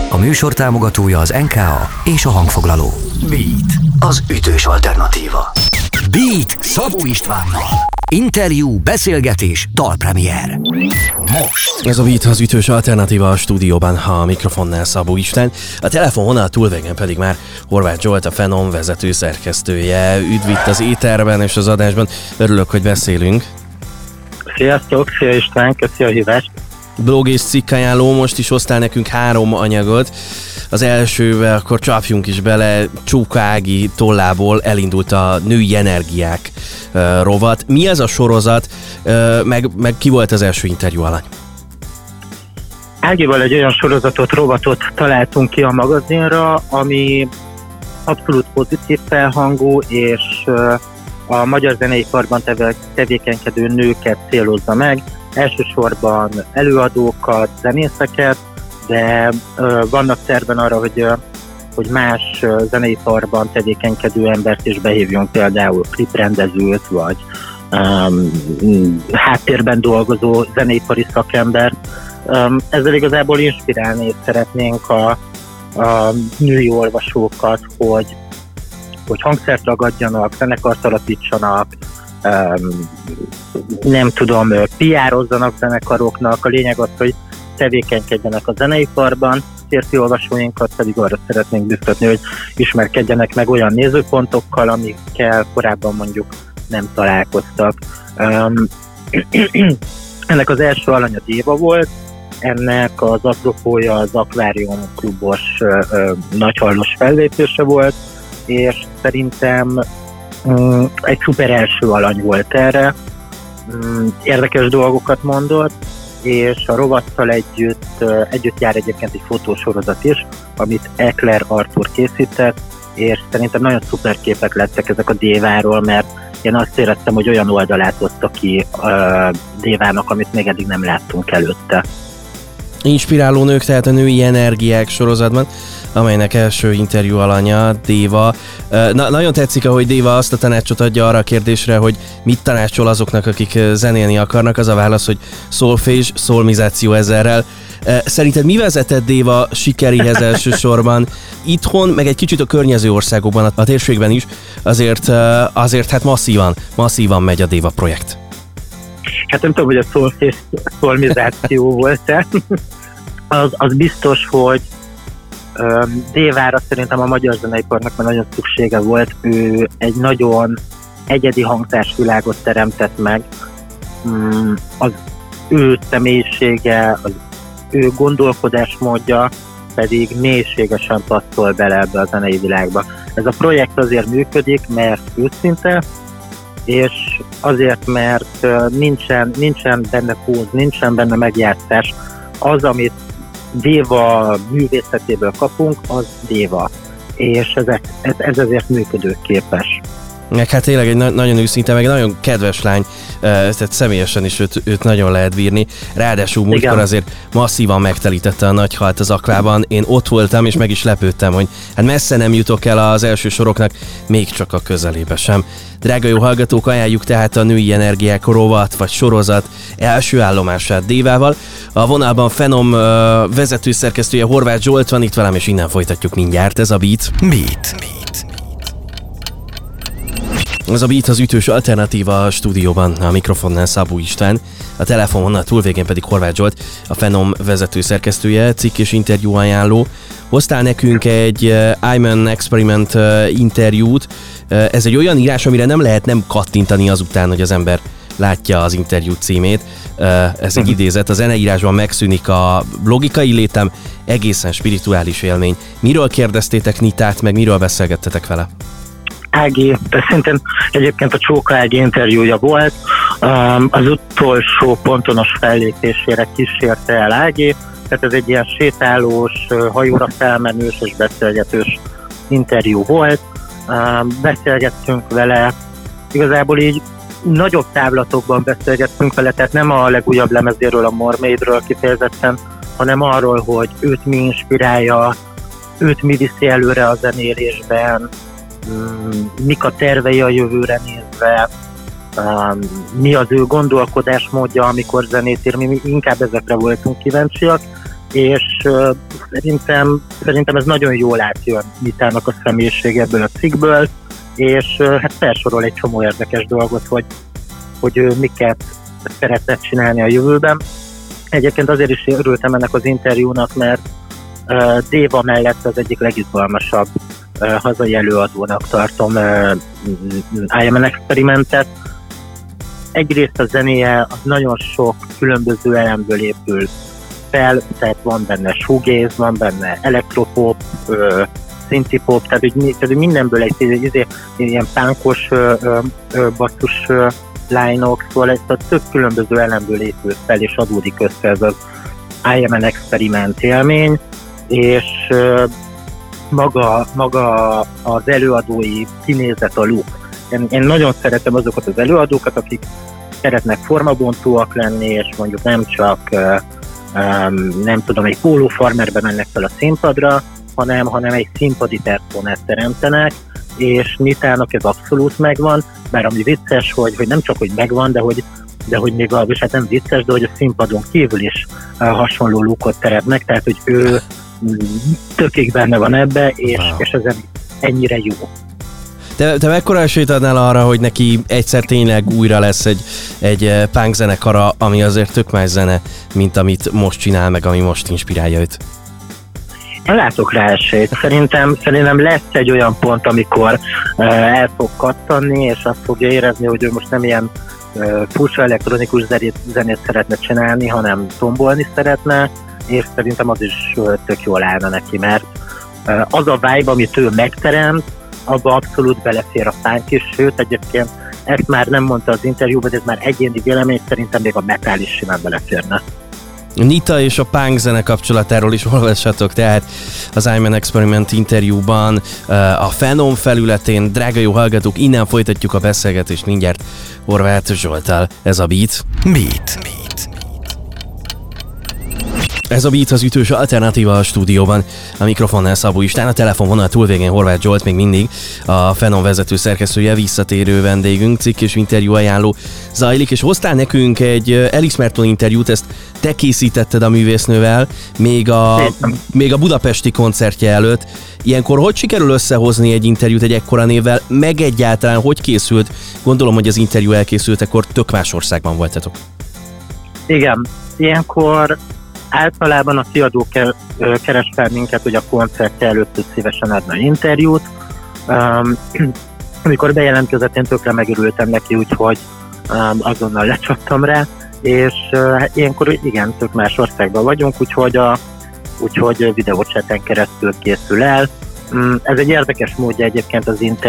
A műsor támogatója az NKA és a hangfoglaló. Beat, az ütős alternatíva. Beat Szabó Istvánnal. Interjú, beszélgetés, dalpremier. Most. Ez a Beat, az ütős alternatíva, a stúdióban, a mikrofonnál Szabó István. A telefonvonal túlvégén pedig már Horváth Zsolt, a Phenom vezető szerkesztője. Üdv itt az éterben és az adásban. Örülök, hogy beszélünk. Sziasztok, szia István, köszi a hívást. Blog és cikkajánló, most is hoztál nekünk 3 anyagot. Az elsőbe akkor csapjunk is bele, Csóka Ági tollából elindult a Női Energiák rovat. Mi ez a sorozat, meg ki volt az első interjú alany? Ágival egy olyan rovatot találtunk ki a magazinra, ami abszolút pozitív felhangú, és a magyar zeneiparban tevékenykedő nőket célozza meg, elsősorban előadókat, zenészeket, de vannak terven arra, hogy más zeneiparban tevékenykedő embert is behívjunk, például kliprendezőt, vagy háttérben dolgozó zeneipari szakembert. Ezzel igazából inspirálni szeretnénk a női olvasókat, hogy hangszert ragadjanak, zenekart alapítsanak, nem tudom, PR-ozzanak zenekaroknak. A lényeg az, hogy tevékenykedjenek a zeneiparban, férfi olvasóinkat pedig arra szeretnénk biztatni, hogy ismerkedjenek meg olyan nézőpontokkal, amikkel korábban mondjuk nem találkoztak. Ennek az első alanya Déva volt, ennek az apropója az Akvárium klubos nagyhallos fellépése volt, és szerintem egy szuper első alany volt erre, érdekes dolgokat mondott, és a rovattal együtt jár egyébként egy fotósorozat is, amit Ekler Artur készített, és szerintem nagyon szuper képek lettek ezek a Déváról, mert én azt éreztem, hogy olyan oldalát hozta ki Dévának, amit még eddig nem láttunk előtte. Inspiráló nők, tehát a Női Energiák sorozatban, amelynek első interjú alanya Déva. Nagyon tetszik, ahogy Déva azt a tanácsot adja arra a kérdésre, hogy mit tanácsol azoknak, akik zenélni akarnak. Az a válasz, hogy szolfés, szolmizáció ezerrel. Szerinted mi vezetett Déva sikeréhez elsősorban itthon, meg egy kicsit a környező országokban, a térségben is, azért hát masszívan megy a Déva projekt? Hát nem tudom, hogy a szolfés szolmizáció volt-e. Az biztos, hogy Dévára szerintem a magyar zeneiparnak már nagyon szüksége volt. Ő egy nagyon egyedi hangzásvilágot teremtett meg. Az ő személyisége, az ő gondolkodásmódja pedig mélységesen passzol bele ebbe a zenei világba. Ez a projekt azért működik, mert őszinte, és azért, mert nincsen benne póz, nincsen benne megjátszás. Az, amit Déva művészetéből kapunk, az Déva. És ez azért működőképes. Meg hát tényleg egy nagyon őszinte, meg nagyon kedves lány, tehát személyesen is őt nagyon lehet bírni. Ráadásul múltkor azért masszívan megtelítette a Nagyhalt az Akvában. Én ott voltam, és meg is lepődtem, hogy hát messze nem jutok el az első soroknak, még csak a közelébe sem. Drága jó hallgatók, ajánljuk tehát a Női Energiák rovat vagy sorozat első állomását Dévával. A vonalban Phenom vezető szerkesztője Horváth Zsolt van itt velem, és innen folytatjuk mindjárt. Ez a Beat. Ez a Beat, az ütős alternatíva, a stúdióban, a mikrofonnál Szabó István, a telefonvonal túlvégén pedig Horváth Zsolt, a Phenom vezető szerkesztője, cikk és interjú ajánló. Hoztál nekünk egy I'm an Experiment interjút. Ez egy olyan írás, amire nem lehet nem kattintani azután, hogy az ember látja az interjú címét. Ez egy idézet, a zeneírásban megszűnik a logikai létem, egészen spirituális élmény. Miről kérdeztétek Nitát, meg miről beszélgettetek vele? Ági, szerintem egyébként a Csóka Ági interjúja volt, az utolsó pontonos fellépésére kísérte el Ági, tehát ez egy ilyen sétálós, hajóra felmenős és beszélgetős interjú volt. Beszélgettünk vele, igazából így nagyobb távlatokban beszélgettünk vele, tehát nem a legújabb lemezéről, a Mermaidről kifejezetten, hanem arról, hogy őt mi inspirálja, őt mi viszi előre a zenélésben, mik a tervei a jövőre nézve, mi az ő gondolkodásmódja, amikor zenét ír, mi inkább ezekre voltunk kíváncsiak, és szerintem ez nagyon jól átjön Nitának a személyiség ebből a cikkből, és hát felsorol egy csomó érdekes dolgot, hogy ő miket szeretne csinálni a jövőben. Egyébként azért is örültem ennek az interjúnak, mert Déva mellett az egyik legizgalmasabb hazai előadónak tartom I Am an Experimentet. Egyrészt a zenéje az nagyon sok különböző elemből épül fel, tehát van benne shoegaze, van benne elektropop, synthpop, tehát mindenből egy ilyen pánkos basszus line-ok, szóval ez a több különböző elemből épül fel, és adódik össze ez az I Am an Experiment élmény, és maga az előadói kinézet, a look. Én nagyon szeretem azokat az előadókat, akik szeretnek formabontóak lenni, és mondjuk nem csak nem tudom, egy pólófarmerbe mennek fel a színpadra, hanem egy színpadi personát teremtenek, és Nitának ez abszolút megvan, bár ami vicces, hogy nem csak, hogy megvan, de hogy még és hát nem vicces, de hogy a színpadon kívül is hasonló lookot teremtnek, tehát hogy ő tökig benne van ebbe, és ez ennyire jó. Te mekkora esélyt adnál arra, hogy neki egyszer tényleg újra lesz egy punk zenekara, ami azért tök más zene, mint amit most csinál, meg ami most inspirálja őt? Én látok rá esélyt. Szerintem lesz egy olyan pont, amikor el fog kattanni, és azt fogja érezni, hogy ő most nem ilyen furcsa elektronikus zenét szeretne csinálni, hanem tombolni szeretne, és szerintem az is tök jól állna neki, mert az a vibe, amit ő megteremt, abba abszolút belefér a punk is, sőt egyébként ezt már nem mondta az interjúban, de ez már egyéni vélemény, szerintem még a metal is simán beleférne. Nita és a punk zene kapcsolatáról is olvassatok, tehát az I Am an Experiment interjúban a Phenom felületén. Drága jó hallgatók, innen folytatjuk a beszélgetést mindjárt Horváth Zsolttal. Ez a Beat. Ez a Beat az ütős alternatíva a stúdióban. A mikrofonnál Szabó István, a telefonvonal túlvégén Horváth Zsolt még mindig, a Phenom vezető szerkesztője, visszatérő vendégünk, cikk és interjú ajánló zajlik, és hoztál nekünk egy Alice Merton interjút, ezt te készítetted a művésznővel, még a budapesti koncertje előtt. Ilyenkor hogy sikerül összehozni egy interjút egy ekkora névvel, meg egyáltalán hogy készült? Gondolom, hogy az interjú elkészültekor tök más országban voltatok. Igen, ilyenkor általában a kiadó keres fel minket, hogy a koncertje előtt szívesen adna interjút. Amikor bejelentkezett, én tökre megörültem neki, úgyhogy azonnal lecsaptam rá, és ilyenkor igen, tök más országban vagyunk, úgyhogy videóchaten keresztül készül el. Ez egy érdekes módja egyébként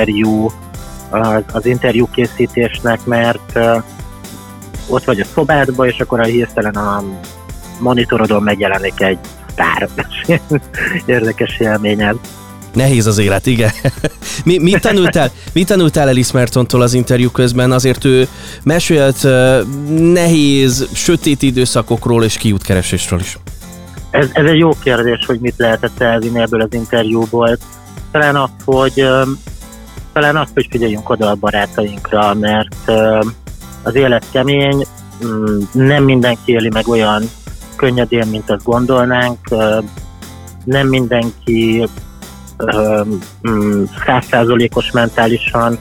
az interjú készítésnek, mert ott vagy a szobádban, és akkor hirtelen a monitorodon megjelenik egy sztár. Érdekes élményed. Nehéz az élet, igen. Mit tanultál Alice Mertontól az interjú közben? Azért ő mesélt nehéz, sötét időszakokról és kiútkeresésről is. Ez egy jó kérdés, hogy mit lehetett elvinni ebből az interjúból. Talán azt, hogy figyeljünk oda a barátainkra, mert az élet kemény, nem mindenki éli meg olyan könnyedén, mint azt gondolnánk, nem mindenki 100%-os mentálisan,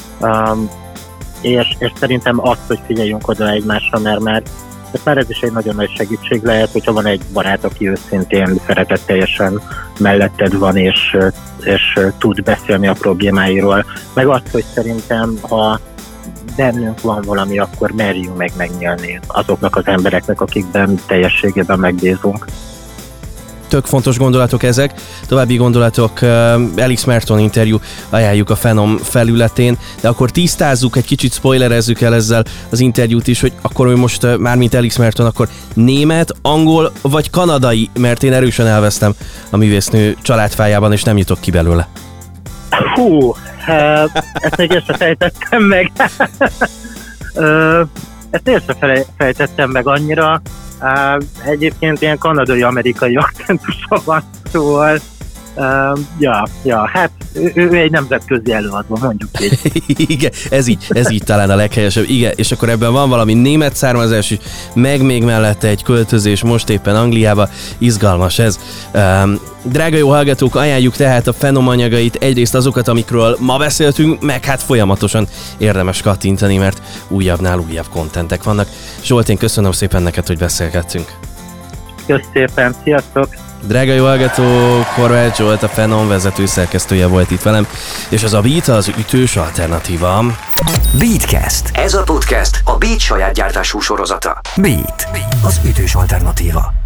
és szerintem azt, hogy figyeljünk oda egymásra, mert ez is egy nagyon nagy segítség lehet, hogyha van egy barát, aki őszintén szeretetteljesen melletted van, és tud beszélni a problémáiról. Meg azt, hogy szerintem, ha bennünk van valami, akkor merjünk meg megnyílni azoknak az embereknek, akikben teljességében megbízunk. Tök fontos gondolatok ezek. További gondolatok, Alice Merton interjú, ajánljuk a Phenom felületén, de akkor tisztázzuk, egy kicsit spoilerezzük el ezzel az interjút is, hogy akkor ő most, mármint Alice Merton, akkor német, angol vagy kanadai, mert én erősen elvesztem a művésznő családfájában, és nem jutok ki belőle. Hú, ezt még én sem fejtettem meg. Ezt én sem fejtettem meg annyira. Egyébként ilyen kanadai-amerikai akcentusa van, szóval Hát ő egy nemzetközi előadó, mondjuk így. Igen, ez így talán a leghelyesebb. Igen, és akkor ebben van valami német származás is, meg még mellette egy költözés most éppen Angliába. Izgalmas ez. Drága jó hallgatók, ajánljuk tehát a Phenom anyagait, egyrészt azokat, amikről ma beszéltünk, meg hát folyamatosan érdemes kattintani, mert újabbnál újabb kontentek vannak. Zsolt, én köszönöm szépen neked, hogy beszélgettünk. Köszönöm szépen, sziasztok! Drága jó hallgató, Horváth Zsolt, a Phenom vezető szerkesztője volt itt velem, és az a Beat az ütős alternatíva. Beatcast. Ez a podcast a Beat saját gyártású sorozata. Beat az ütős alternatíva.